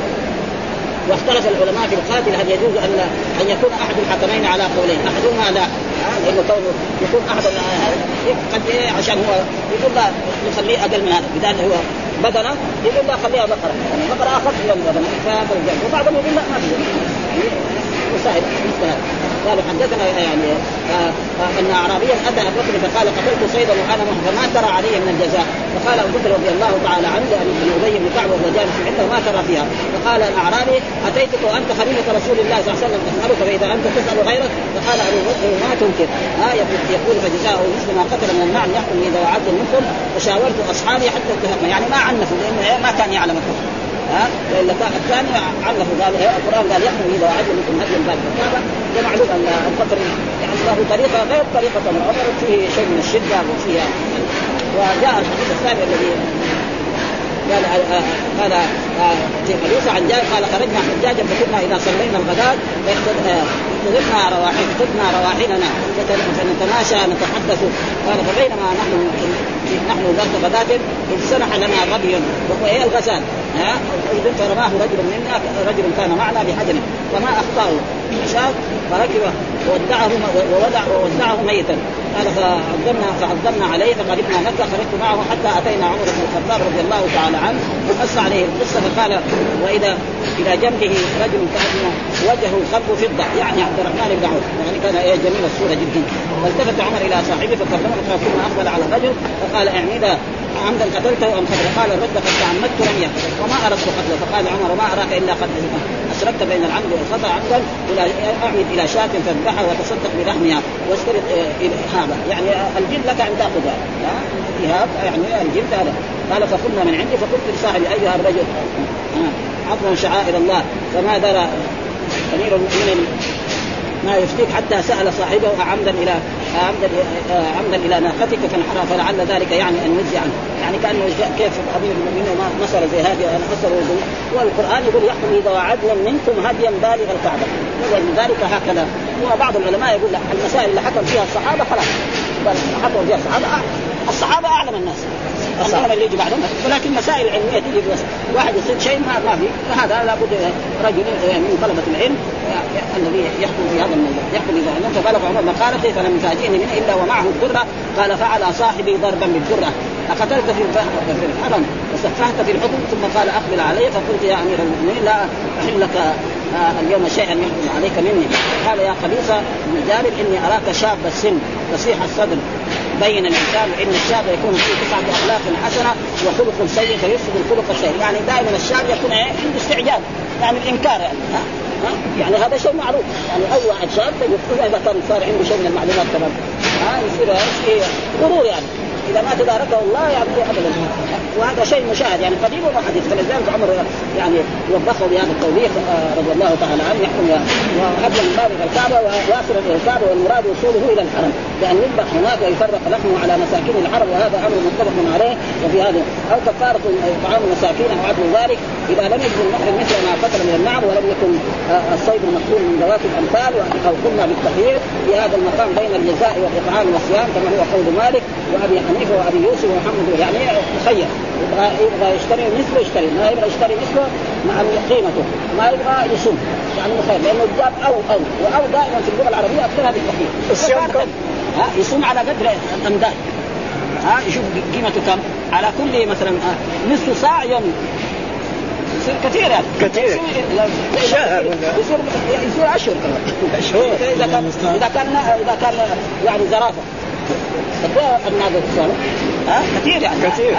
واختلف العلماء في القاتل هل يجوز أن يكون أحد الحكمين على قولين، أحدهما لا إنه كونه يكون أحد قد عشان هو يقول لا نخليه أقل من هذا بدال هو بدنه، يقول لا خليها بقرة يعني بقرة أخف من البدنة فالجل، وبعضهم يقول لا ما في وسائل مثل هذا. قالوا حدثنا يعني أن أعرابيا أتى أبو بكر فقال قتلت صيدا وأنا فما ترى علي من الجزاء؟ فقال أبو بكر رضي الله تعالى عنه أن أبي بن كعب وهو جالس عنده ما ترى فيها؟ فقال الأعرابي أتيتك وأنت خليفة رسول الله صلى الله عليه وسلم أسألك فإذا أنت تسأل غيرك؟ فقال أبو بكر ما تنكر يقول فجزاؤه مثل ما قتل من النعم يحكم إذا وعدت منكم. فشاورت أصحابي حتى اتهمنا يعني ما عنفوا لأنه ما كان يعلم الكفر وإلا كان الثاني عنفوا قال القرآن قال يحكم إذا وعدت منكم هدي الباب. ده معلوم أن القتل يعني له طريقة غير طريقة عمر فيه شيء من الشدة وفيها. وجاء الحديث الثاني الذي قال في حديث عن جابر قال خرجنا حجاجا فكنا إذا صلينا الغداء خذنا رواحلنا فنتماشى نتحدث. قال فبينما نحن ذات غداة إذ سنح لنا غبي وهو الغزال فرماه رجل منا رجل كان معنا بحجر فما أخطأه شاف فركبه ووزعه ميتا. قال فعظمنا عليه فقربنا مكة خرجت معه حتى أتينا عمر بن الخطاب رضي الله تعالى عنه وقص عليه القصة فقال وإذا إلى جنبه رجل كأنه وجهه خلف فضة يعني عبد الرحمن بن عوف يعني كان جميل الصورة جدا. فالتفت عمر إلى صاحبه فكلمه فكنا أقبل على الرجل فقال اعنيدا عمدا قتلته أم قتل؟ قال الرجل قد تعمدت رميه وما أردت قتله. فقال عمر ما أراك إلا قد أشركت بين العمد والخطأ عمدا أعمد إلى شاة فاذبحها وتصدق بلحمها واشترط هذا يعني الجلد لك أن تأخذها يعني الجلد هذا. قال فقلنا من عندي فقلت لصاحبي أيها الرجل عظم شعائر الله فما درى أمير المؤمنين ما يفتيك حتى سأل صاحبه عمدا إلى ناقتك فانحرى فلعل ذلك يعني أن يجزي عنه يعني كأنه كيف أمير المؤمنين مسألة زي هذه أنا أسأله. والقرآن يقول يحكم إذا وعدلا منكم هديا بالغ الكعبة ولذلك هكذا. وبعض العلماء يقول لا المسائل اللي حكم فيها الصحابة خلاص حكم فيها الصحابة أعلم الناس الصحابة اللي يجي بعدهم، ولكن مسائل علمية تيجي بس واحد يصير شيء ما في، فهذا لابد رجل من طلبة العلم الذي يحكم في هذا الموضوع. يحكم إذا أنت بلغ عمر مقالته فلم تأتيني منه إلا ومعه الدرة، قال فعل صاحبي ضربا بالدرة، أقتلت في الحرم وسفهت في الحكم، ثم قال أقبل علي، فقلت يا أمير المؤمنين لا أحل لك اليوم شيئا يحكم عليك مني. قال يا قبيصة بن جابر إني أراك شاب السن فصيح الصدر بين الإنسان إن الشاب يكون فيه 9 أخلاق حسنة وخلق سيء فيفسد الخلق السيء. يعني دائما الشاب يكون عنده استعجال، يعني الإنكار يعني هذا شيء معروف. يعني أي واحد شاب إذا كان صار عنده شيء من المعلومات كمان يصير غرور، يعني إذا ما تداركه الله يعبده أبدا، وهذا شيء مشاهد يعني قديم وحديث. فلذلك عمر يعني وبخه بهذا التوبيخ رضي الله تعالى عنه، يحكم وحبل من باب الكعبة واصلا إلى الكعبة، والمراد وصوله إلى الحرم لأن يذبح هناك ويفرق لحمه على مساكين الحرم، وهذا أمر متفق عليه. وفي هذا أو كفارة طعام مساكين أو عدل ذلك إذا لم يجد المحرم مثل ما قتل من النعم ولم يكن الصيد المقتول من ذوات الأمثال، أو قلنا بالتخيير في هذا المقام بين الجزاء والإطعام والصيام كما هو قول مالك وأبي حنيفة وأبي يوسف ومحمد، يعني مخير، يبغى يشتري مثله يشتري، ما يبغى يشتري مثله مع قيمته، ما يبغى يصوم يعني مخير، لأنه جاب أو دائما في اللغة العربية أكثرها بالتخيير. يصوم على قدر الأمداد، يشوف قيمته كم على كل مثلا نصف ساعة يوم، يصير كثير يعني كثير شهر يصير أشهر إذا كان يعني زرافة الناقة الصالح كثير يعني كثير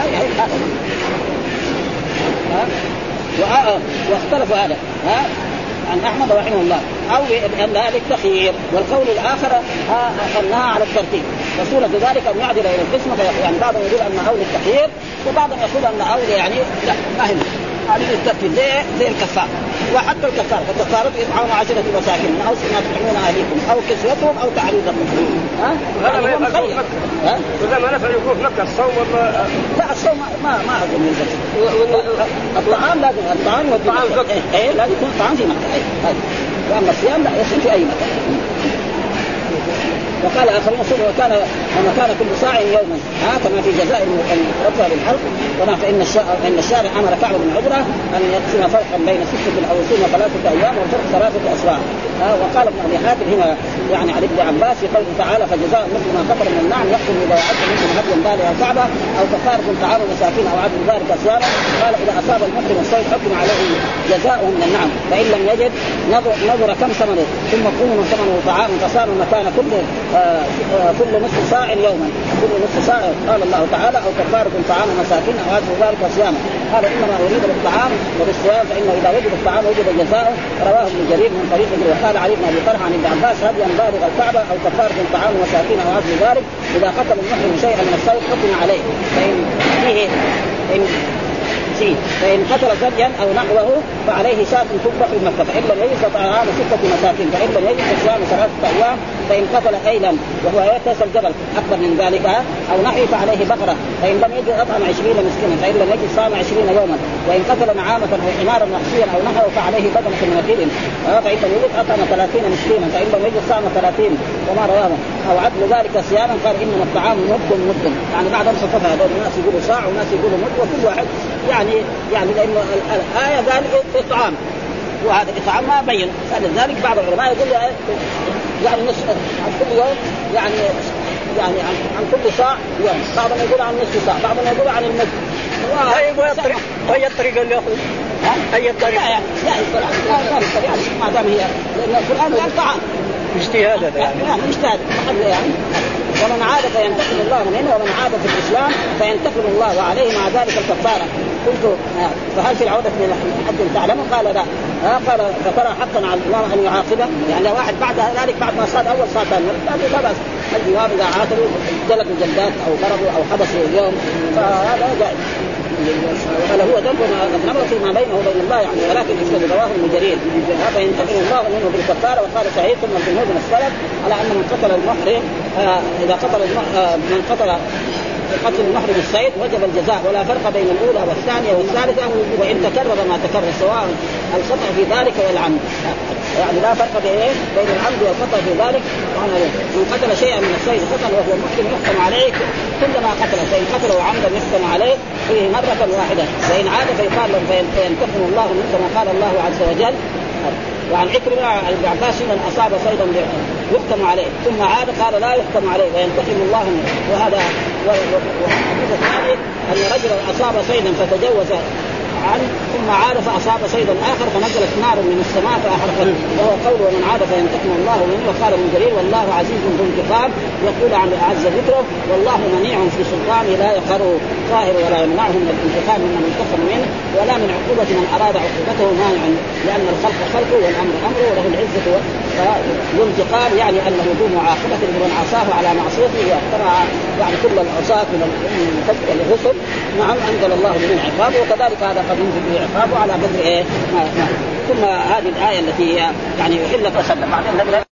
واختلف هذا عن أحمد رحمه الله أو بأنها للتخيير. والقول الآخر أنها على الترتيب، وصورة ذلك أن يعدل إلى القسمة، يعني بعضهم يقول أنها أو للتخيير وبعضهم يقول أنها أو يعني لا ما هي يعني للترتيب زي الكفار. وحتى الكفار فكفارة إطعام 10 مساكين أو ما تطعمون أهليكم أو كسوتهم أو تحرير رقبة. هذا ما يفعل مكة، وإذا ما نفع يكون مكة الصوم ولا لا الصوم ما أظن يلزم. الطعام لازم الطعام والطعام لازم يكون الطعام في مكة، وأما الصيام لا يصير في أي مكان. وقال آخرين صوموا وكان كل صاع يوما كما في جزاء المتوفى بالحلق. وما فإن الشارع أمر كعب بن عجرة أن يقسم فرقا بين 6 أو 3 أيام والفرق 3 أسواع. وقال ابن أبي حاتم هنا يعني عن ابن عباس في قوله تعالى فجزاء مثل ما قتل من النعم يحكم إذا وعد منكم هديا بالغ الكعبة أو كفارة طعام مساكين أو عدل ذلك صياما. قال إذا أصاب المحرم الصيد حكم عليه جزاؤه من النعم، فإن لم يجد نظر كم ثمنه ثم كونه ثمنه طعام فصار مكان كل نصف ساع يوما، كل نصف ساع. قال الله تعالى أو كفارة طعام مساكين أو عدل ذلك صياما. قال إنما أريد بالطعام وبالصيام فإنه إذا وجد الطعام وجد جزاؤه. رواه ابن جرير من طريق وقال علي بن أبي طلحة عن ابن عباس هديا بالغ الكعبة أو كفارة طعام مساكين أو عدل ذلك. إذا قتل المحرم شيئا من الصيد حكم عليه فإن قتل ثديا أو نحوه فعليه شاة تطبخ في مكة، فإن لم يجد فطعام 6 مساكين، فإن لم يجد فصيام 3 أيام. فإن قتل أيلا وهو يتسل جبل أكبر من ذلك أو نحي فعليه بقرة، فإن لم يجد أطعم 20 مسكينا، فإن لم يجد صام 20 يوما. وإن قتل نعامة أو حمارا محصيا أو نحوه فعليه بدنة من إبل، فإن لم يجد أطعم 30 مسكينا، فإن لم يجد صام 30. وما رواه أو عدل ذلك صياما. قال إنما الطعام مد يعني بعد أن صفها هذول الناس يقولوا صاع وناس يقولوا مد، وكل واحد يعني لأنه الآية قال إطعام وهذا إطعام ما بين. فلذلك بعض العلماء يقول يعني نصف عن كل يوم يعني عن كل صاع يوم، بعضهم يقول عن نصف صاع، بعضهم يقول عن المد. أي الطريقة اللي يأخذ أي الطريقة يعني ما دام هي لأن القرآن قال طعام اجتهاد يعني اجتهاد يعني. ومن عاد فينتقم الله من هنا، ومن عاد في الإسلام فينتقم الله وعليه مع ذلك الكفارة. قلت فهل في العودة من حد تعلمه؟ قال لا. قال فترى حقا على الإمام أن يعاقبه، يعني واحد بعد ذلك بعد ما صاد أول صاد ثاني لا بأس. الجواب إذا عاقبوا جلب الجلدات أو ضربوا أو حبسوا اليوم فهذا جائز. قال هو ذنب نمر فيما بينه وبين الله يعني، ولكن يشهد رواه ابن جرير هذا ينتقم الله منه بالكفارة. وقال سعيد ثم الجمهور من السلف على أن من قتل المحرم إذا قتل من قتل المحرم الصيد وجب الجزاء، ولا فرق بين الأولى والثانية والثالثة، وإن تكرر ما تكرر سواء الخطأ في ذلك والعمد، يعني لا فرق بين العمد والخطأ في ذلك. من قتل شيئا من الصيد خطأ وهو محرم يحكم عليه كلما قتل فإن قتله عمدا يحكم عليه فيه مرة واحدة، وإن عاد فيقال له فينتقم الله منه كما قال الله عز وجل. وعن عكرمة عن ابن عباس من أصاب صيدا يحكم عليه ثم عاد قال لا يحكم عليه وينتقم الله منه. وهذا والحديث الثاني أن رجلا أصاب صيدا فتجوز عنه ثم عاد فأصاب صيدا آخر فنزلت نار من السماء فأحرقته، وهو قول ومن عاد فينتقم الله منه. وقال ابن جرير والله عزيز ذو انتقام يقول عن أعز ذكره والله منيع في سلطانه لا يقره ظاهر ولا يمنعه من الانتقام ممن انتقم منه ولا من عقوبة من أراد عقوبته مانع، لأن الخلق خلقه والأمر أمره وله العزة والانتقام، يعني أنه ذو معاقبة لمن عصاه على معصيته واقترع يعني كل العصاة من الرسل. نعم أنزل الله من عقابه، وكذلك هذا قد ينزل به عقابه على قدر ثم هذه الآية التي يعني يحل فسلم بعدين